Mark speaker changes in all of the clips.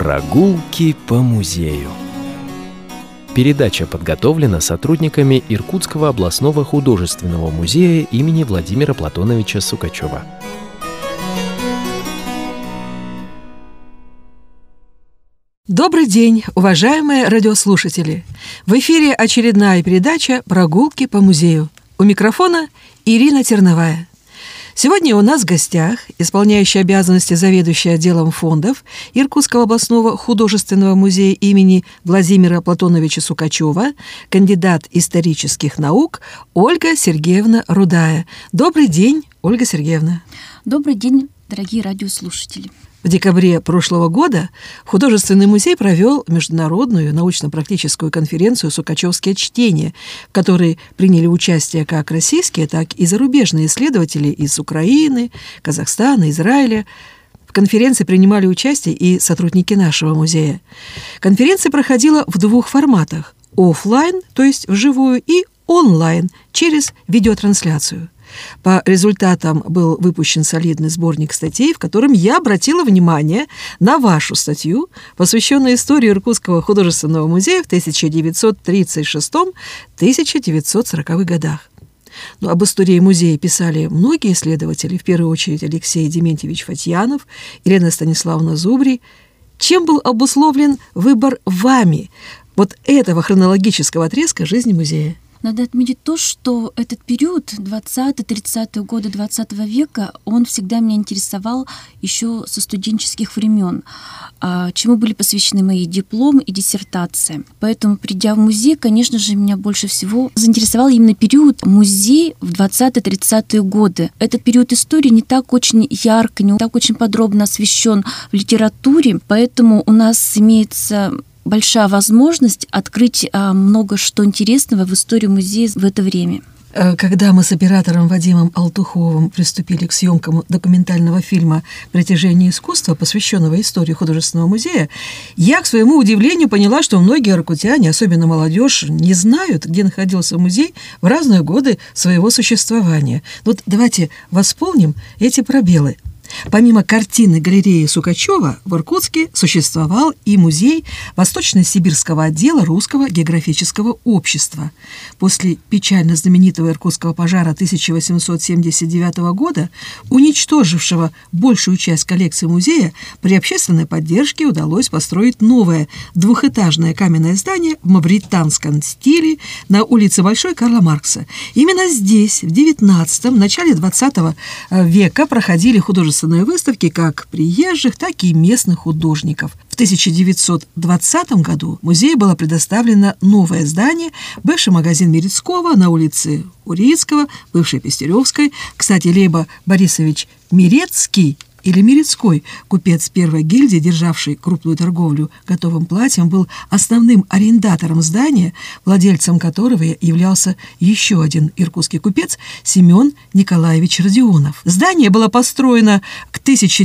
Speaker 1: Прогулки по музею. Передача подготовлена сотрудниками Иркутского областного художественного музея имени Владимира Платоновича Сукачева.
Speaker 2: Добрый день, уважаемые радиослушатели! В эфире очередная передача «Прогулки по музею». У микрофона Ирина Терновая. Сегодня у нас в гостях исполняющий обязанности заведующая отделом фондов Иркутского областного художественного музея имени Владимира Платоновича Сукачева, кандидат исторических наук Ольга Сергеевна Рудая. Добрый день, Ольга Сергеевна.
Speaker 3: Добрый день, дорогие радиослушатели.
Speaker 2: В декабре прошлого года художественный музей провел международную научно-практическую конференцию «Сукачевские чтения», в которой приняли участие как российские, так и зарубежные исследователи из Украины, Казахстана, Израиля. В конференции принимали участие и сотрудники нашего музея. Конференция проходила в двух форматах – офлайн, то есть вживую, и онлайн, через видеотрансляцию. По результатам был выпущен солидный сборник статей, в котором я обратила внимание на вашу статью, посвященную истории Иркутского художественного музея в 1936-1940 годах. Об истории музея писали многие исследователи, в первую очередь Алексей Дементьевич Фатьянов, Елена Станиславовна Зубрий. Чем был обусловлен выбор вами этого хронологического отрезка жизни музея?
Speaker 3: Надо отметить то, что этот период, 20-30-е годы 20 века, он всегда меня интересовал еще со студенческих времен, чему были посвящены мои дипломы и диссертация. Поэтому, придя в музей, конечно же, меня больше всего заинтересовал именно период музей в 20-30-е годы. Этот период истории не так очень ярко, не так очень подробно освещен в литературе, поэтому у нас имеется большая возможность открыть много что интересного в истории музея в это время.
Speaker 2: Когда мы с оператором Вадимом Алтуховым приступили к съемкам документального фильма «Притяжение искусства», посвященного истории художественного музея, я, к своему удивлению, поняла, что многие иркутяне, особенно молодежь, не знают, где находился музей в разные годы своего существования. Давайте восполним эти пробелы. Помимо картины галереи Сукачева, в Иркутске существовал и музей Восточно-Сибирского отдела Русского географического общества. После печально знаменитого иркутского пожара 1879 года, уничтожившего большую часть коллекции музея, при общественной поддержке удалось построить новое двухэтажное каменное здание в мавританском стиле на улице Большой Карла Маркса. Именно здесь в XIX, начале XX века проходили художественные выставки как приезжих, так и местных художников. В 1920 году музею было предоставлено новое здание, бывший магазин Мерецкого на улице Урицкого, бывшей Пестеревской. Кстати, Лейба Борисович Мерецкий или Мерецкой, купец первой гильдии, державший крупную торговлю готовым платьем, был основным арендатором здания, владельцем которого являлся еще один иркутский купец Семен Николаевич Родионов. Здание было построено к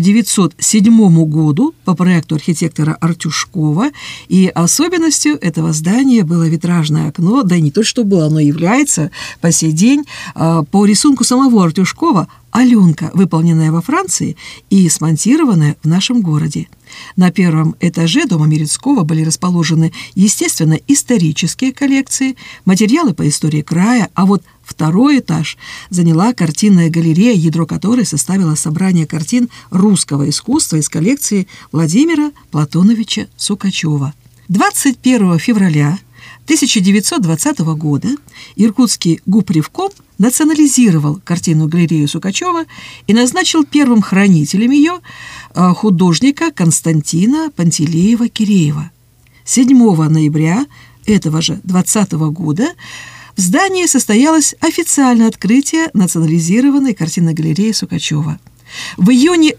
Speaker 2: 1907 году по проекту архитектора Артюшкова, и особенностью этого здания было витражное окно, да и не то, что было, оно является по сей день по рисунку самого Артюшкова «Аленка», выполненная во Франции и смонтированная в нашем городе. На первом этаже дома Мерецкого были расположены, естественно, исторические коллекции, материалы по истории края, а второй этаж заняла картинная галерея, ядро которой составило собрание картин русского искусства из коллекции Владимира Платоновича Сукачева. 21 февраля 1920 года Иркутский губревком национализировал картинную галерею Сукачева и назначил первым хранителем ее художника Константина Пантелеева-Киреева. 7 ноября этого же 2020 года в здании состоялось официальное открытие национализированной картинной галереи Сукачева. В июне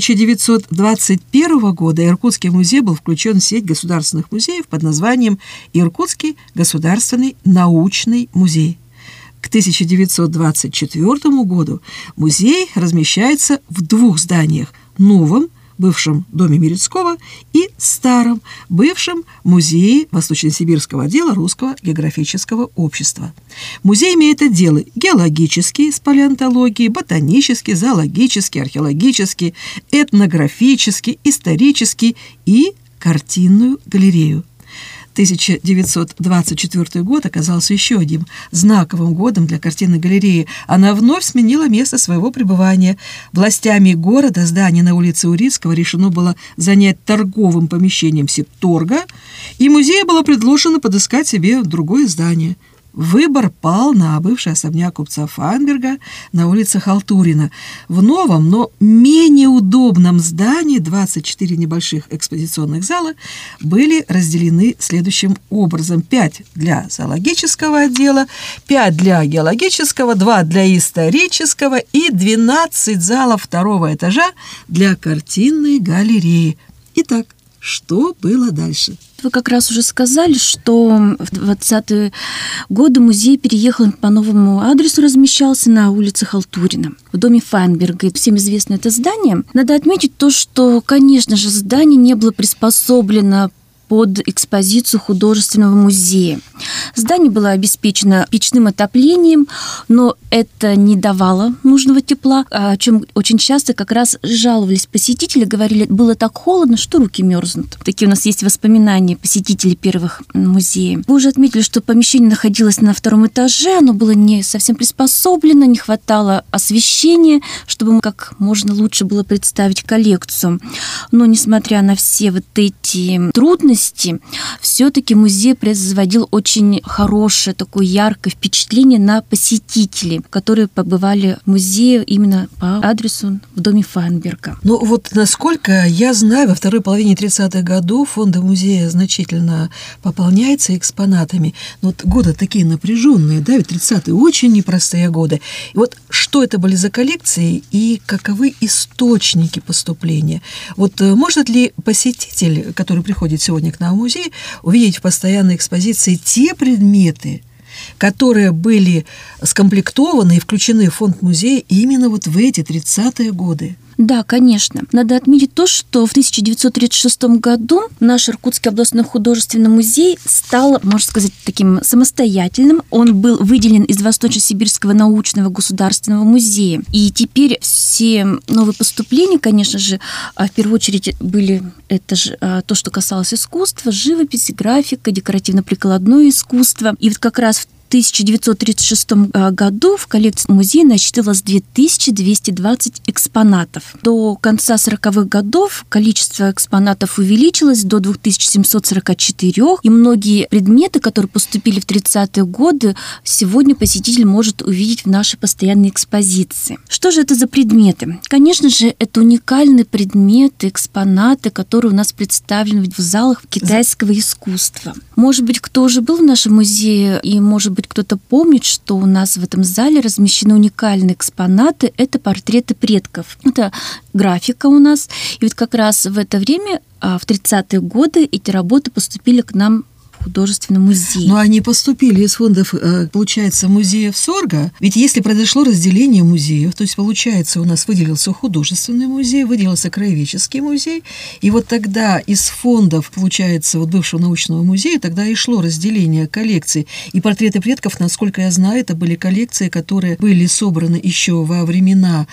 Speaker 2: 1921 года Иркутский музей был включен в сеть государственных музеев под названием Иркутский государственный научный музей. К 1924 году музей размещается в двух зданиях – новом, бывшем доме Мерецкого, и старом, бывшем музее Восточно-Сибирского отдела Русского географического общества. Музей имеет отделы геологические с палеонтологией, ботанический, зоологический, археологический, этнографический, исторический и картинную галерею. 1924 год оказался еще одним знаковым годом для картинной галереи. Она вновь сменила место своего пребывания. Властями города здание на улице Урицкого решено было занять торговым помещением Сибторга, и музею было предложено подыскать себе другое здание. Выбор пал на бывший особняк купца Файнберга на улице Халтурина. В новом, но менее удобном здании 24 небольших экспозиционных зала были разделены следующим образом: 5 для зоологического отдела, 5 для геологического, 2 для исторического и 12 залов второго этажа для картинной галереи. Итак, что было дальше?
Speaker 3: Вы как раз уже сказали, что в 20-е годы музей переехал по новому адресу, размещался на улице Халтурина, в доме Файнберга. И всем известно это здание. Надо отметить то, что, конечно же, здание не было приспособлено под экспозицию художественного музея. Здание было обеспечено печным отоплением, но это не давало нужного тепла, о чем очень часто как раз жаловались посетители, говорили, было так холодно, что руки мерзнут. Такие у нас есть воспоминания посетителей первых музеев. Вы уже отметили, что помещение находилось на 2-м этаже, оно было не совсем приспособлено, не хватало освещения, чтобы как можно лучше было представить коллекцию. Но, несмотря на все вот эти трудности, все-таки музей производил очень хорошее, такое яркое впечатление на посетителей, которые побывали в музее именно по адресу в доме Файнберга.
Speaker 2: Ну вот, насколько я знаю, во второй половине 30-х годов фонды музея значительно пополняются экспонатами. Но вот годы такие напряженные, да, ведь 30-е очень непростые годы. И вот что это были за коллекции и каковы источники поступления? Вот может ли посетитель, который приходит сегодня к нам в музей, увидеть в постоянной экспозиции те предметы, которые были скомплектованы и включены в фонд музея именно вот в эти 30-е годы?
Speaker 3: Да, конечно. Надо отметить то, что в 1936 году наш Иркутский областной художественный музей стал, можно сказать, таким самостоятельным. Он был выделен из Восточно-Сибирского научного государственного музея. И теперь все новые поступления, конечно же, в первую очередь были это же то, что касалось искусства, живописи, графика, декоративно-прикладное искусство. И вот как раз в 1936 году в коллекции музея насчитывалось 2220 экспонатов. До конца 40-х годов количество экспонатов увеличилось до 2744, и многие предметы, которые поступили в 30-е годы, сегодня посетитель может увидеть в нашей постоянной экспозиции. Что же это за предметы? Конечно же, это уникальные предметы, экспонаты, которые у нас представлены в залах китайского искусства. Может быть, кто уже был в нашем музее, и, может быть, кто-то помнит, что у нас в этом зале размещены уникальные экспонаты. Это портреты предков. Это графика у нас. И вот как раз в это время, в 30-е годы, эти работы поступили к нам в художественный музей.
Speaker 2: Но они поступили из фондов, получается, музеев Сорга. Ведь если произошло разделение музеев, то есть, получается, у нас выделился художественный музей, выделился краеведческий музей, и вот тогда из фондов, получается, вот бывшего научного музея, тогда и шло разделение коллекций. И портреты предков, насколько я знаю, это были коллекции, которые были собраны еще во времена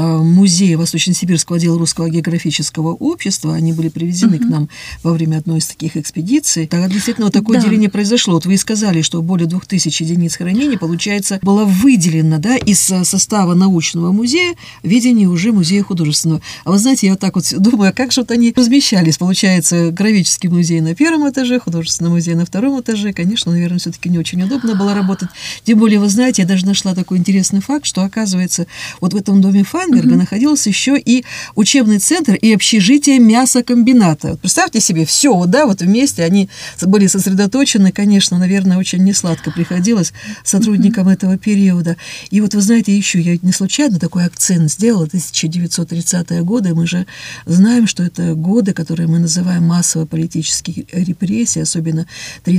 Speaker 2: музея Восточно-Сибирского отдела Русского географического общества. Они были привезены к нам во время одной из таких экспедиций. Тогда действительно вот такое деление произошло. Вот вы и сказали, что более 2000 единиц хранения, получается, было выделено, да, из состава научного музея в ведение уже музея художественного. А вы знаете, я вот так вот думаю, а как же вот они размещались? Получается, краеведческий музей на 1-м этаже, художественный музей на 2-м этаже. Конечно, наверное, все-таки не очень удобно было работать. Тем более, вы знаете, я даже нашла такой интересный факт, что, оказывается, вот в этом доме Файнберга находился еще и учебный центр и общежитие мясокомбината. Вот представьте себе, все, да, вот вместе они были сосредоточены, конечно, наверное, очень несладко приходилось сотрудникам этого периода. И вот вы знаете, еще я не случайно такой акцент сделала, 1930-е годы, мы же знаем, что это годы, которые мы называем массовые политические репрессии, особенно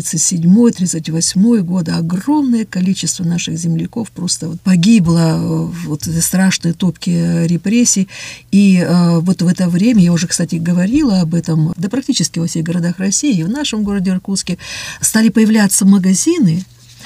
Speaker 2: 37-й, 38-й годы. Огромное количество наших земляков просто вот погибло вот в страшной топке репрессий. И вот в это время, я уже, кстати, говорила об этом, да практически во всех городах России, и в нашем городе Иркутске, стали появляться магазины,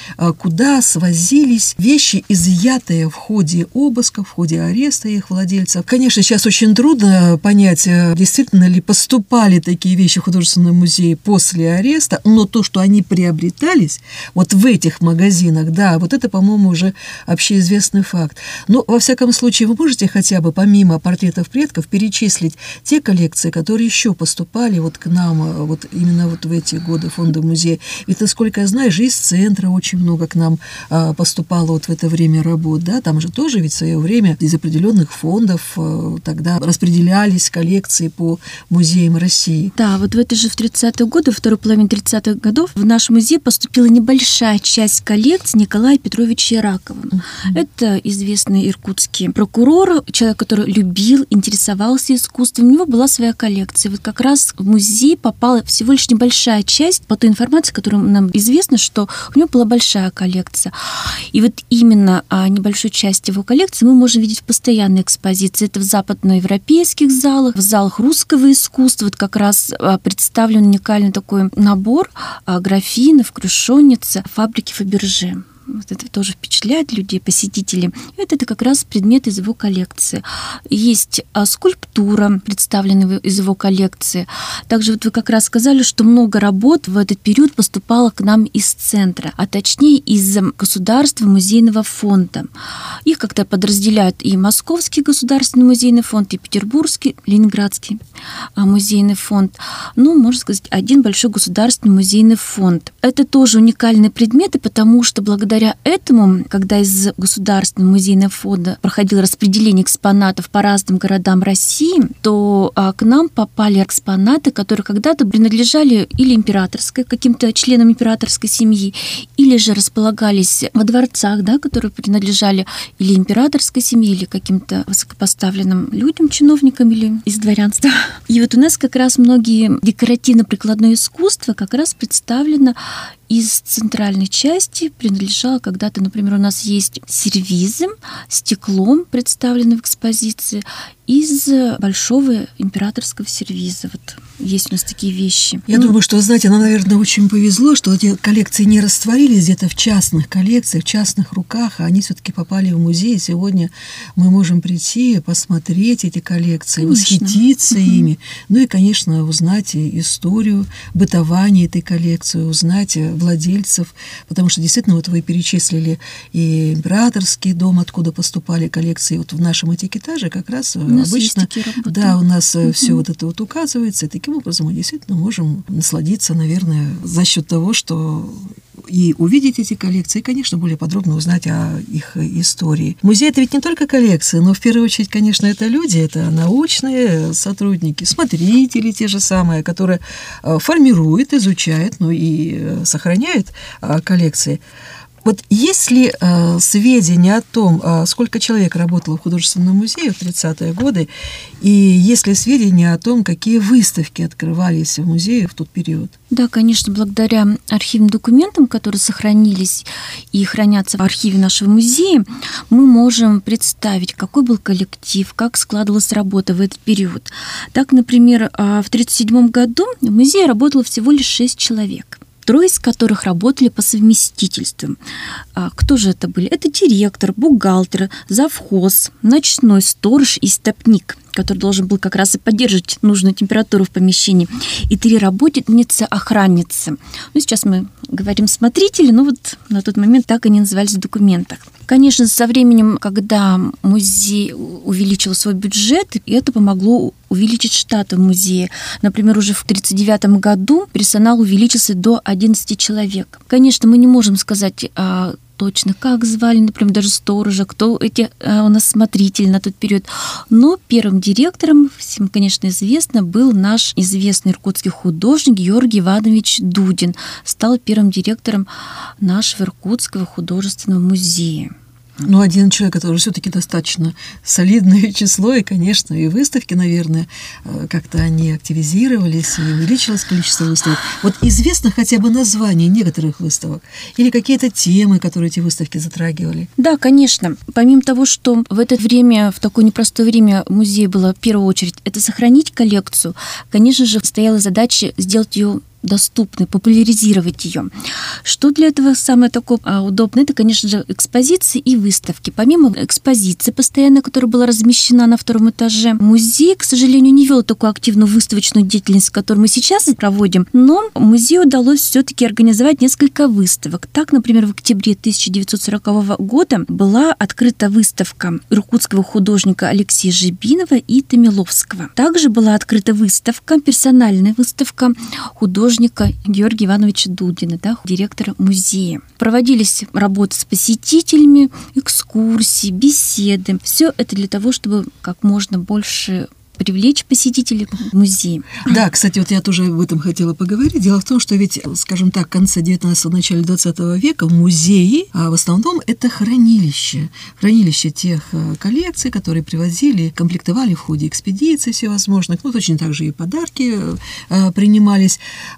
Speaker 2: куда свозились вещи, изъятые в ходе обыска, в ходе ареста их владельцев. Конечно, сейчас очень трудно понять, действительно ли поступали такие вещи в художественном музее после ареста, но то, что они приобретались вот в этих магазинах, да, вот это, по-моему, уже общеизвестный факт. Но, во всяком случае, вы можете хотя бы, помимо портретов предков, перечислить те коллекции, которые еще поступали вот к нам, вот именно вот в эти годы фонда музея. Ведь, насколько я знаю, же из центра очень много к нам поступало вот в это время работ, да, там же тоже ведь в свое время из определенных фондов тогда распределялись коллекции по музеям России.
Speaker 3: Да, вот в этой же в 30-е годы, второй половине 30-х годов в наш музей поступила небольшая часть коллекции Николая Петровича Иракова. Это известный иркутский прокурор, человек, который любил, интересовался искусством. У него была своя коллекция. Вот как раз в музей попала всего лишь небольшая часть по той информации, которая нам известна, что у него была большая коллекция. И вот именно небольшую часть его коллекции мы можем видеть в постоянной экспозиции. Это в западноевропейских залах, в залах русского искусства. Вот как раз представлен уникальный такой набор графинов, крушенниц фабрики Фаберже. Вот это тоже впечатляет людей, посетителей. Это как раз предмет из его коллекции. Есть скульптура, представленная из его коллекции. Также вот вы как раз сказали, что много работ в этот период поступало к нам из центра, а точнее из Государственного музейного фонда. Их как-то подразделяют и Московский государственный музейный фонд, и Петербургский, Ленинградский музейный фонд. Ну, можно сказать, один большой государственный музейный фонд. Это тоже уникальные предметы, потому что благодаря этому, когда из Государственного музейного фонда проходило распределение экспонатов по разным городам России, то к нам попали экспонаты, которые когда-то принадлежали или императорской, каким-то членам императорской семьи, или же располагались во дворцах, да, которые принадлежали или императорской семье, или каким-то высокопоставленным людям, чиновникам или из дворянства. И вот у нас как раз многие декоративно-прикладное искусство как раз представлено из центральной части, принадлежало когда-то, например, у нас есть сервизы стеклом, представлены в экспозиции, из большого императорского сервиза. Вот есть у нас такие вещи.
Speaker 2: Я думаю, что, знаете, нам, наверное, очень повезло, что эти коллекции не растворились где-то в частных коллекциях, в частных руках, а они все-таки попали в музей. И сегодня мы можем прийти, посмотреть эти коллекции, восхититься ими. Ну и, конечно, узнать историю бытования этой коллекции, узнать владельцев, потому что действительно вот вы перечислили и императорский дом, откуда поступали коллекции. Вот в нашем этикетаже как раз обычно, да, у нас все вот это вот указывается, и таким образом мы действительно можем насладиться, наверное, за счет того, что и увидеть эти коллекции, и, конечно, более подробно узнать о их истории. Музей — это ведь не только коллекции, но в первую очередь, конечно, это люди, это научные сотрудники, смотрители те же самые, которые формируют, изучают, ну и сохраняют коллекции. Вот есть ли сведения о том, сколько человек работало в художественном музее в 30-е годы, и есть ли сведения о том, какие выставки открывались в музее в тот период?
Speaker 3: Да, конечно, благодаря архивным документам, которые сохранились и хранятся в архиве нашего музея, мы можем представить, какой был коллектив, как складывалась работа в этот период. Так, например, в 1937 году в музее работало всего лишь 6 человек. 3 из которых работали по совместительству. Кто же это были? Это директор, бухгалтер, завхоз, ночной сторож и стопник, который должен был как раз и поддерживать нужную температуру в помещении, и 3 работницы-охранницы. Ну, сейчас мы говорим смотрители, но вот на тот момент так они назывались в документах. Конечно, со временем, когда музей увеличил свой бюджет, это помогло увеличить штат в музее. Например, уже в 1939 году персонал увеличился до 11 человек. Конечно, мы не можем сказать точно, как звали, например, даже сторожа, кто эти у нас смотрители на тот период. Но первым директором, всем, конечно, известно, был наш известный иркутский художник Георгий Иванович Дудин. Стал первым директором нашего Иркутского художественного музея.
Speaker 2: Ну, 1 человек — это уже все-таки достаточно солидное число, и, конечно, и выставки, наверное, как-то они активизировались, и увеличилось количество выставок. Вот известно хотя бы название некоторых выставок или какие-то темы, которые эти выставки затрагивали?
Speaker 3: Да, конечно. Помимо того, что в это время, в такое непростое время музей было в первую очередь это сохранить коллекцию, конечно же, стояла задача сделать ее доступной, популяризировать ее. Что для этого самое такое удобное? Это, конечно же, экспозиции и выставки. Помимо экспозиции постоянно, которая была размещена на 2 этаже, музей, к сожалению, не вел такую активную выставочную деятельность, которую мы сейчас проводим, но музею удалось все-таки организовать несколько выставок. Так, например, в октябре 1940 года была открыта выставка иркутского художника Алексея Жибинова и Томиловского. Также была открыта выставка, персональная выставка художника Георгия Ивановича Дудина, директора музея. Проводились работы с посетителями, экскурсии, беседы. Все это для того, чтобы как можно больше привлечь посетителей в музей.
Speaker 2: Да, кстати, вот я тоже об этом хотела поговорить. Дело в том, что ведь, скажем так, в конце 19-го, начале 20 века музеи, а в основном это хранилище тех коллекций, которые привозили, комплектовали в ходе экспедиций всевозможных, точно так же и подарки принимались.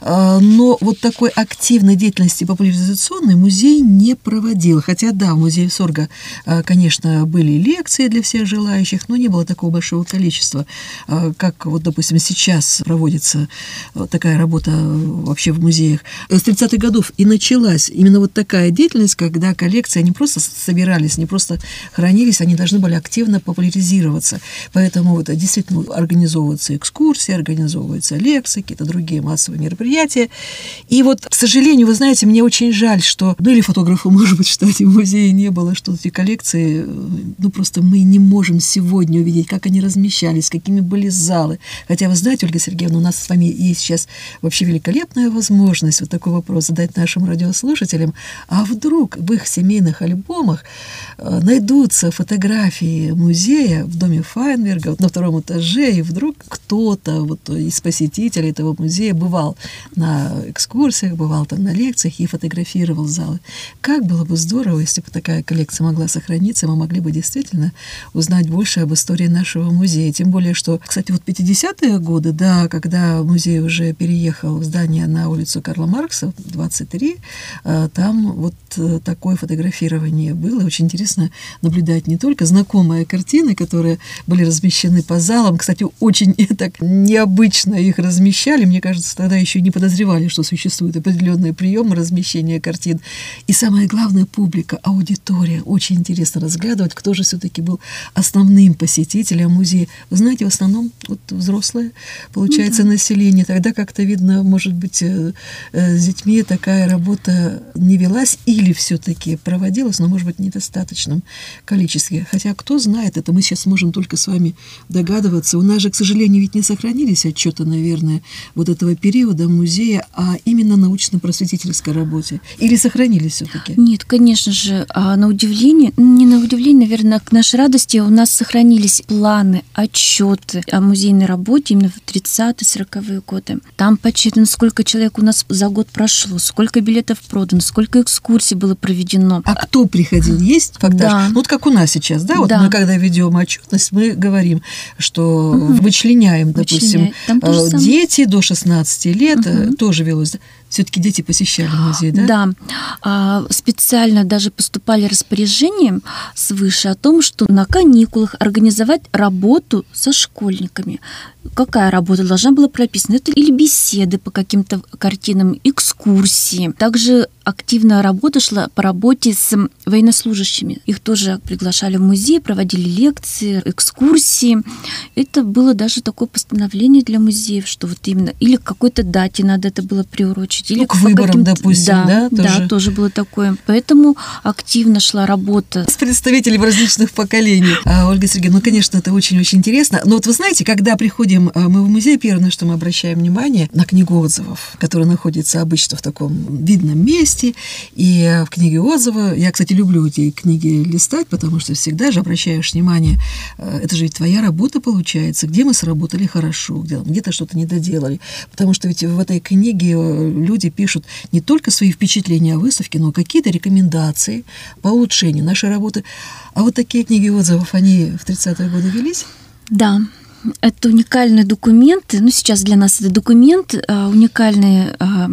Speaker 2: Но вот такой активной деятельности популяризационной музей не проводил. Хотя, да, в музее Сорга, конечно, были лекции для всех желающих, но не было такого большого количества. Как вот, допустим, сейчас проводится такая работа вообще в музеях. С 30-х годов и началась именно вот такая деятельность, когда коллекции не просто собирались, не просто хранились, они должны были активно популяризироваться. Поэтому вот действительно организовываются экскурсии, организовываются лекции, какие-то другие массовые мероприятия. И вот, к сожалению, вы знаете, мне очень жаль, что, или фотографа, может быть, в штате музея не было, что эти коллекции, просто мы не можем сегодня увидеть, как они размещались, какими были залы. Хотя, вы знаете, Ольга Сергеевна, у нас с вами есть сейчас вообще великолепная возможность вот такой вопрос задать нашим радиослушателям. А вдруг в их семейных альбомах найдутся фотографии музея в доме Файнберга на 2 этаже, и вдруг кто-то из посетителей этого музея бывал на экскурсиях, бывал там на лекциях и фотографировал залы. Как было бы здорово, если бы такая коллекция могла сохраниться, мы могли бы действительно узнать больше об истории нашего музея. Тем более, что, кстати, 50-е годы, когда музей уже переехал в здание на улицу Карла Маркса, 23, там такое фотографирование было. Очень интересно наблюдать не только знакомые картины, которые были размещены по залам. Кстати, очень так необычно их размещали. Мне кажется, тогда еще не подозревали, что существуют определенные приемы размещения картин. И самое главное, публика, аудитория. Очень интересно разглядывать, кто же все-таки был основным посетителем музея. Вы знаете, в основном взрослое, получается, население. Тогда как-то видно, может быть, с детьми такая работа не велась или все-таки проводилась, но, может быть, в недостаточном количестве. Хотя, кто знает, это мы сейчас можем только с вами догадываться. У нас же, к сожалению, ведь не сохранились отчеты, наверное, вот этого периода музея, а именно научно-просветительской работе. Или сохранились все-таки?
Speaker 3: Нет, конечно же, на удивление, наверное, к нашей радости у нас сохранились планы, отчеты о музейной работе именно в 30-40-е годы. Там подсчитано, сколько человек у нас за год прошло, сколько билетов продано, сколько экскурсий было проведено.
Speaker 2: А кто приходил? Есть фактаж? Да. Вот как у нас сейчас, да? Мы когда ведем отчетность, мы говорим, что вычленяем, допустим, дети до 16 лет, тоже велось. Все-таки дети посещали музей, да?
Speaker 3: Да. Специально даже поступали распоряжения свыше о том, что на каникулах организовать работу со школьниками. Какая работа должна была прописана? Это или беседы по каким-то картинам, экскурсии. Также активная работа шла по работе с военнослужащими. Их тоже приглашали в музей, проводили лекции, экскурсии. Это было даже такое постановление для музеев, что именно или к какой-то дате надо это было приурочить. Или
Speaker 2: к выборам, допустим, да?
Speaker 3: Да, тоже было такое. Поэтому активно шла работа.
Speaker 2: С представителями различных поколений. Ольга Сергеевна, конечно, это очень-очень интересно. Но вы знаете, когда приходим мы в музей, первое, на что мы обращаем внимание, на книгу отзывов, которая находится обычно в таком видном месте. И в книге отзывов, я, кстати, люблю эти книги листать, потому что всегда же обращаешь внимание, это же ведь твоя работа получается, где мы сработали хорошо, где-то что-то не доделали. Потому что ведь в этой книге люди пишут не только свои впечатления о выставке, но какие-то рекомендации по улучшению нашей работы. А вот такие книги отзывов, они в 30-е годы велись?
Speaker 3: Да. Это уникальные документы. Сейчас для нас это документ, уникальные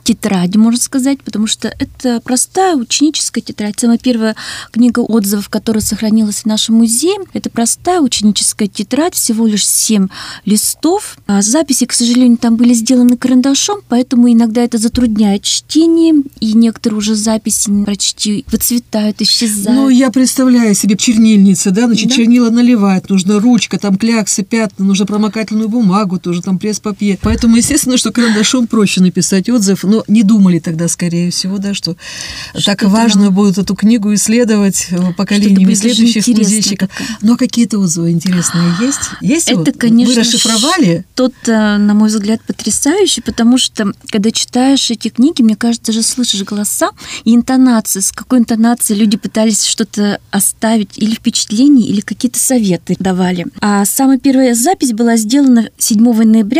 Speaker 3: тетради, можно сказать, потому что это простая ученическая тетрадь. Самая первая книга отзывов, которая сохранилась в нашем музее, это простая ученическая тетрадь, всего лишь 7 листов. А записи, к сожалению, там были сделаны карандашом, поэтому иногда это затрудняет чтение, и некоторые уже записи почти выцветают, исчезают.
Speaker 2: Ну, я представляю себе чернильница, да, значит, чернила наливать, нужно ручка, там кляксы, пятна, нужно промокательную бумагу, тоже там пресс-папье. Поэтому, естественно, что карандашом проще написать отзыв, но не думали тогда, скорее всего, да, что так важно будет эту книгу исследовать поколениями следующих музейщиков. Ну, а какие-то отзывы интересные есть? Есть
Speaker 3: это,
Speaker 2: вот?
Speaker 3: Конечно,
Speaker 2: вы расшифровали?
Speaker 3: Тот, на мой взгляд, потрясающий, потому что, когда читаешь эти книги, мне кажется, даже слышишь голоса и интонации, с какой интонацией люди пытались что-то оставить, или впечатление, или какие-то советы давали. А самая первая запись была сделана 7 ноября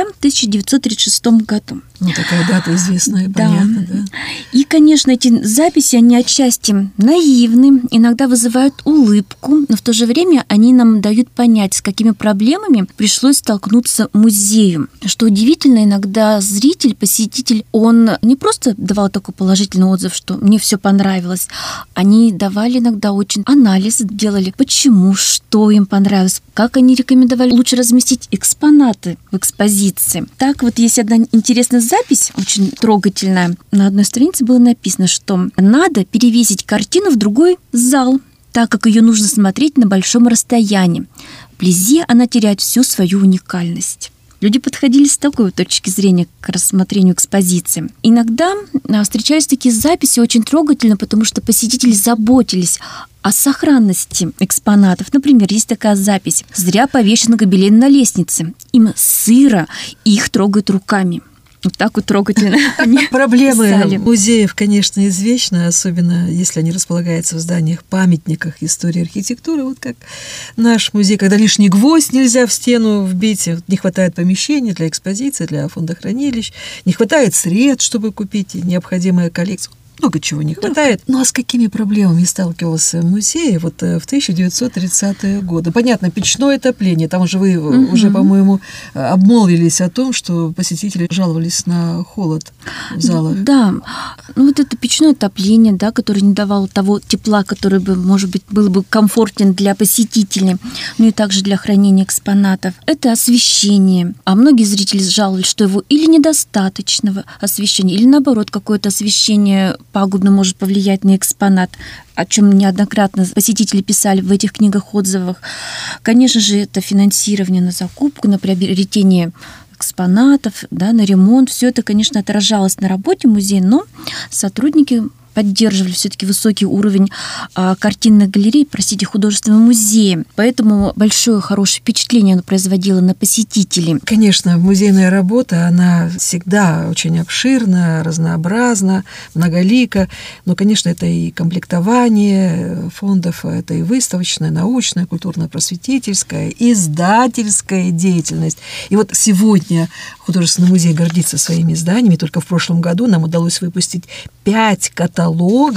Speaker 3: 1936 году.
Speaker 2: Ну, такая дата известная, понятно, да.
Speaker 3: И, конечно, эти записи, они отчасти наивны, иногда вызывают улыбку, но в то же время они нам дают понять, с какими проблемами пришлось столкнуться музею. Что удивительно, иногда зритель, посетитель, он не просто давал такой положительный отзыв, что мне все понравилось, они давали иногда очень анализ, делали, почему, что им понравилось, как они рекомендовали лучше разместить экспонаты в экспозиции. Так вот, есть одна интересная запись, очень трогательная. На одной странице было написано, что надо перевесить картину в другой зал, так как ее нужно смотреть на большом расстоянии. Вблизи она теряет всю свою уникальность. Люди подходили с такой точки зрения к рассмотрению экспозиции. Иногда встречались такие записи очень трогательно, потому что посетители заботились о сохранности экспонатов. Например, есть такая запись. Зря повешен гобелен на лестнице. Им сыро, и их трогают руками. Вот так вот трогательно.
Speaker 2: Проблемы музеев, конечно, извечны, особенно если они располагаются в зданиях, памятниках истории архитектуры. Вот как наш музей, когда лишний гвоздь нельзя в стену вбить, не хватает помещений для экспозиции, для фондохранилищ, не хватает средств, чтобы купить необходимую коллекцию. Много чего не хватает. Ну, а с какими проблемами сталкивался музей вот в 1930-е годы? Понятно, печное отопление. Там же вы уже, по-моему, обмолвились о том, что посетители жаловались на холод в залах.
Speaker 3: Да. Ну, вот это печное отопление, да, которое не давало того тепла, который бы, может быть, был бы комфортен для посетителей, ну и также для хранения экспонатов. Это освещение. А многие зрители жаловались, что его или недостаточного освещения, или, наоборот, какое-то освещение пагубно может повлиять на экспонат, о чем неоднократно посетители писали в этих книгах отзывах. Конечно же, это финансирование на закупку, на приобретение экспонатов, да, на ремонт. Все это, конечно, отражалось на работе музея, но сотрудники поддерживали все-таки высокий уровень картинных галерей, художественного музея. Поэтому большое, хорошее впечатление оно производило на посетителей.
Speaker 2: Конечно, музейная работа, она всегда очень обширна, разнообразна, многолика. Но, конечно, это и комплектование фондов, это и выставочная, научная, культурно-просветительская, издательская деятельность. И вот сегодня художественный музей гордится своими изданиями. Только в прошлом году нам удалось выпустить 5 каталогов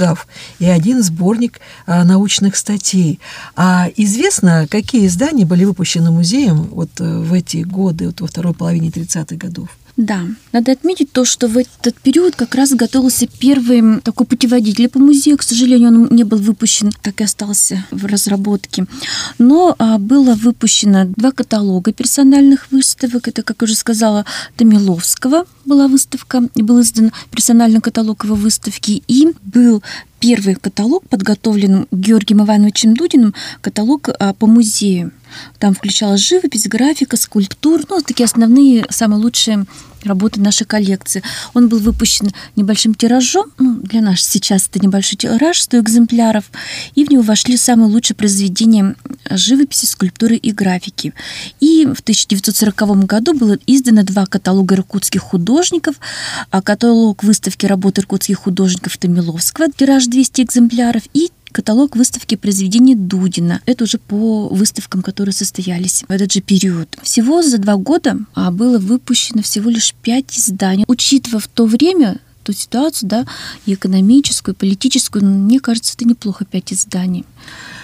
Speaker 2: и 1 сборник научных статей. А известно, какие издания были выпущены музеем вот в эти годы, вот во второй половине 30-х годов?
Speaker 3: Да, надо отметить то, что в этот период как раз готовился первый такой путеводитель по музею. К сожалению, он не был выпущен, так и остался в разработке. Но было выпущено 2 каталога персональных выставок. Это, как уже сказала, Томиловского была выставка, и был издан персональный каталог его выставки. И был первый каталог, подготовлен Георгием Ивановичем Дудиным, каталог по музею. Там включалась живопись, графика, скульптура, ну, такие основные, самые лучшие работы нашей коллекции. Он был выпущен небольшим тиражом, ну, для нас сейчас это небольшой тираж, 100 экземпляров, и в него вошли самые лучшие произведения живописи, скульптуры и графики. И в 1940 году было издано 2 каталога иркутских художников, каталог выставки работ иркутских художников Томиловского, тираж 200 экземпляров, и каталог выставки произведений Дудина. Это уже по выставкам, которые состоялись в этот же период. Всего за 2 года было выпущено всего лишь 5 изданий. Учитывая в то время ту ситуацию, да, и экономическую, и политическую, мне кажется, это неплохо 5 изданий.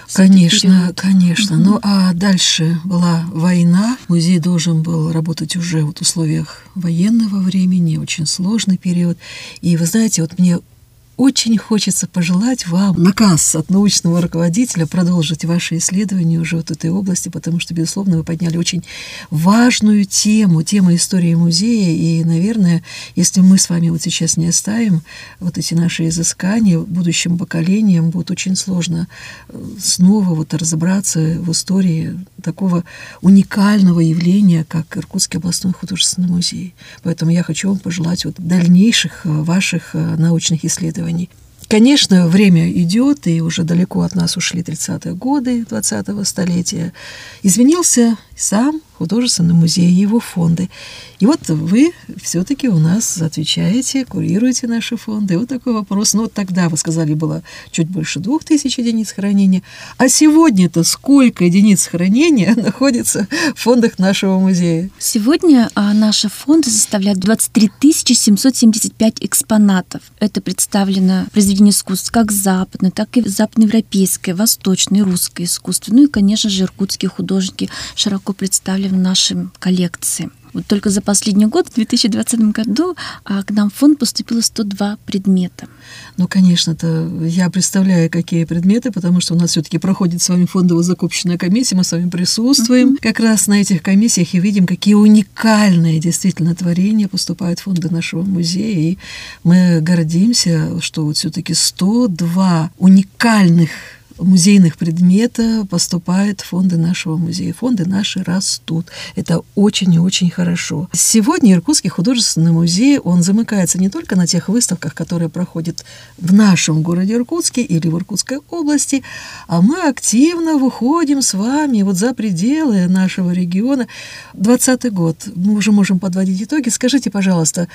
Speaker 2: Конечно, конечно. Ну, а дальше была война. Музей должен был работать уже в условиях военного времени, очень сложный период. И вы знаете, вот мне очень хочется пожелать вам наказ от научного руководителя продолжить ваши исследования уже в этой области, потому что, безусловно, вы подняли очень важную тему истории музея. И, наверное, если мы с вами вот сейчас не оставим вот эти наши изыскания, будущим поколениям будет очень сложно снова вот разобраться в истории такого уникального явления, как Иркутский областной художественный музей. Поэтому я хочу вам пожелать вот дальнейших ваших научных исследований. Конечно, время идет, и уже далеко от нас ушли 30-е годы 20-го столетия. Изменился сам художественный музей и его фонды. И вот вы все-таки у нас отвечаете, курируете наши фонды. И вот такой вопрос. Ну, вот тогда, вы сказали, было чуть больше 2000 единиц хранения. А сегодня-то сколько единиц хранения находится в фондах нашего музея?
Speaker 3: Сегодня наши фонды составляют 23 775 экспонатов. Это представлено произведение искусств как западное, так и западноевропейское, восточное, русское искусство. Ну и, конечно же, иркутские художники широко представлены в нашей коллекции. Вот только за последний год, в 2020 году, к нам в фонд поступило 102 предмета.
Speaker 2: Ну, конечно-то, я представляю, какие предметы, потому что у нас все-таки проходит с вами фондово-закупочная комиссия, мы с вами присутствуем как раз на этих комиссиях и видим, какие уникальные действительно творения поступают в фонды нашего музея. И мы гордимся, что вот все-таки 102 уникальных музейных предметов поступает в фонды нашего музея. Фонды наши растут. Это очень и очень хорошо. Сегодня Иркутский художественный музей, он замыкается не только на тех выставках, которые проходят в нашем городе Иркутске или в Иркутской области, а мы активно выходим с вами вот за пределы нашего региона. 2020 год. Мы уже можем подводить итоги. Скажите, пожалуйста,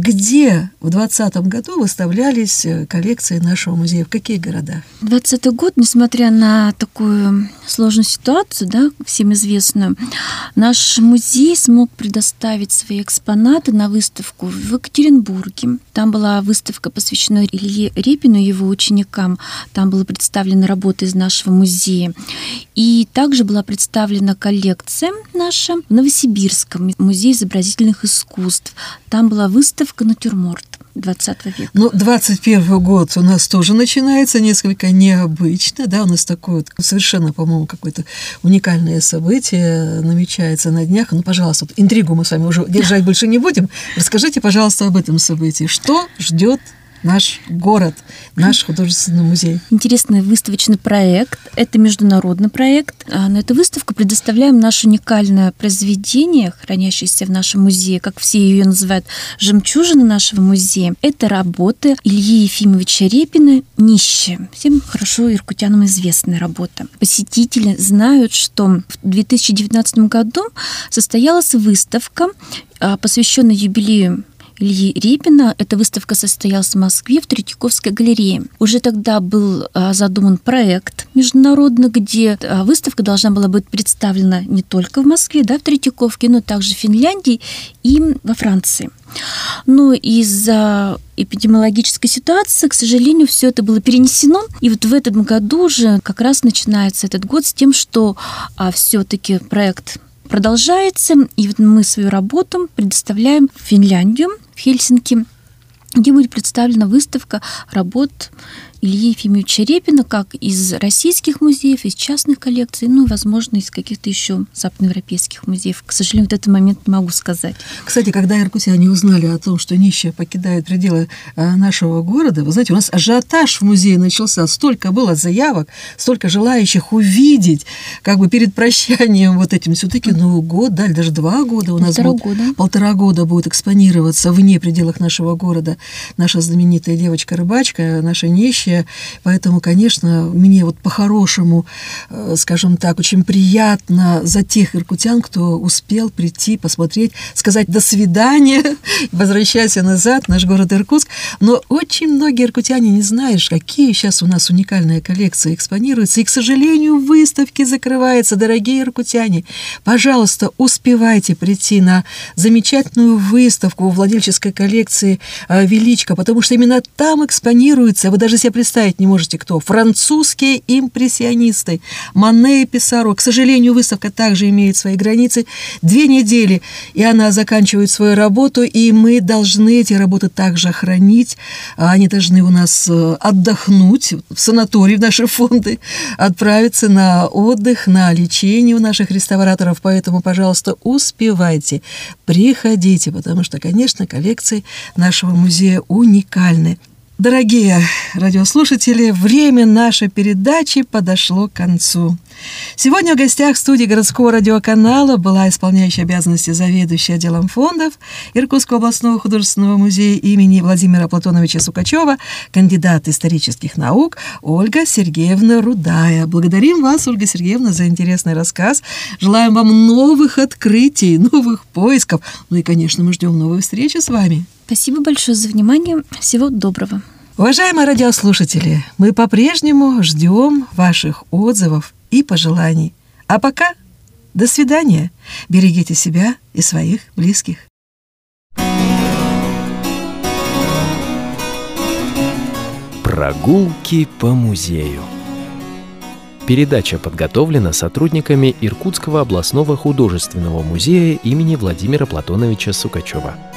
Speaker 2: где в 2020 году выставлялись коллекции нашего музея? В каких городах?
Speaker 3: 2020 год, несмотря на такую сложную ситуацию, да, всем известную, наш музей смог предоставить свои экспонаты на выставку в Екатеринбурге. Там была выставка, посвященная Илье Репину и его ученикам. Там была представлена работа из нашего музея. И также была представлена коллекция наша в Новосибирском музее изобразительных искусств. Там была выставка «Натюрморт» 20 века.
Speaker 2: Ну, 21 год у нас тоже начинается несколько необычно, да, у нас такое вот совершенно, по-моему, какое-то уникальное событие намечается на днях. Ну, пожалуйста, вот интригу мы с вами уже держать больше не будем. Расскажите, пожалуйста, об этом событии. Что ждет наш город, наш художественный музей?
Speaker 3: Интересный выставочный проект. Это международный проект. На эту выставку предоставляем наше уникальное произведение, хранящееся в нашем музее, как все ее называют, жемчужины нашего музея. Это работа Ильи Ефимовича Репина «Нищие». Всем хорошо иркутянам известная работа. Посетители знают, что в 2019 году состоялась выставка, посвященная юбилею Ильи Репина. Эта выставка состоялась в Москве в Третьяковской галерее. Уже тогда был задуман проект международный, где выставка должна была быть представлена не только в Москве, да, в Третьяковке, но также в Финляндии и во Франции. Но из-за эпидемиологической ситуации, к сожалению, все это было перенесено. И вот в этом году уже как раз начинается этот год с тем, что все-таки проект продолжается, и вот мы свою работу предоставляем в Финляндию, в Хельсинки, где будет представлена выставка работ Ильи Ефимовича Репина как из российских музеев, из частных коллекций, ну и, возможно, из каких-то еще западноевропейских музеев. К сожалению, в этот момент не могу сказать.
Speaker 2: Кстати, когда иркутяне узнали о том, что нищие покидают пределы нашего города, вы знаете, у нас ажиотаж в музее начался. Столько было заявок, столько желающих увидеть, как бы перед прощанием вот этим. Все-таки, ну, год, да, даже 2 года у нас полтора года будет экспонироваться вне пределах нашего города наша знаменитая девочка-рыбачка, наша нищая. Поэтому, конечно, мне вот по-хорошему, скажем так, очень приятно за тех иркутян, кто успел прийти, посмотреть, сказать «до свидания», возвращайся назад в наш город Иркутск. Но очень многие иркутяне не знают, какие сейчас у нас уникальные коллекции экспонируются. И, к сожалению, выставки закрываются. Дорогие иркутяне, пожалуйста, успевайте прийти на замечательную выставку в владельческой коллекции «Величко», потому что именно там экспонируется, вы даже себе представить не можете кто. Французские импрессионисты, Мане и Писаро. К сожалению, выставка также имеет свои границы. 2 недели, и она заканчивает свою работу, и мы должны эти работы также хранить. Они должны у нас отдохнуть в санатории, в наши фонды, отправиться на отдых, на лечение у наших реставраторов. Поэтому, пожалуйста, успевайте, приходите, потому что, конечно, коллекции нашего музея уникальны. Дорогие радиослушатели, время нашей передачи подошло к концу. Сегодня в гостях студии городского радиоканала была исполняющая обязанности заведующая отделом фондов Иркутского областного художественного музея имени Владимира Платоновича Сукачева, кандидат исторических наук Ольга Сергеевна Рудая. Благодарим вас, Ольга Сергеевна, за интересный рассказ. Желаем вам новых открытий, новых поисков. Ну и, конечно, мы ждем новой встречи с вами.
Speaker 3: Спасибо большое за внимание. Всего доброго.
Speaker 2: Уважаемые радиослушатели, мы по-прежнему ждем ваших отзывов и пожеланий. А пока до свидания. Берегите себя и своих близких.
Speaker 1: Прогулки по музею. Передача подготовлена сотрудниками Иркутского областного художественного музея имени Владимира Платоновича Сукачева.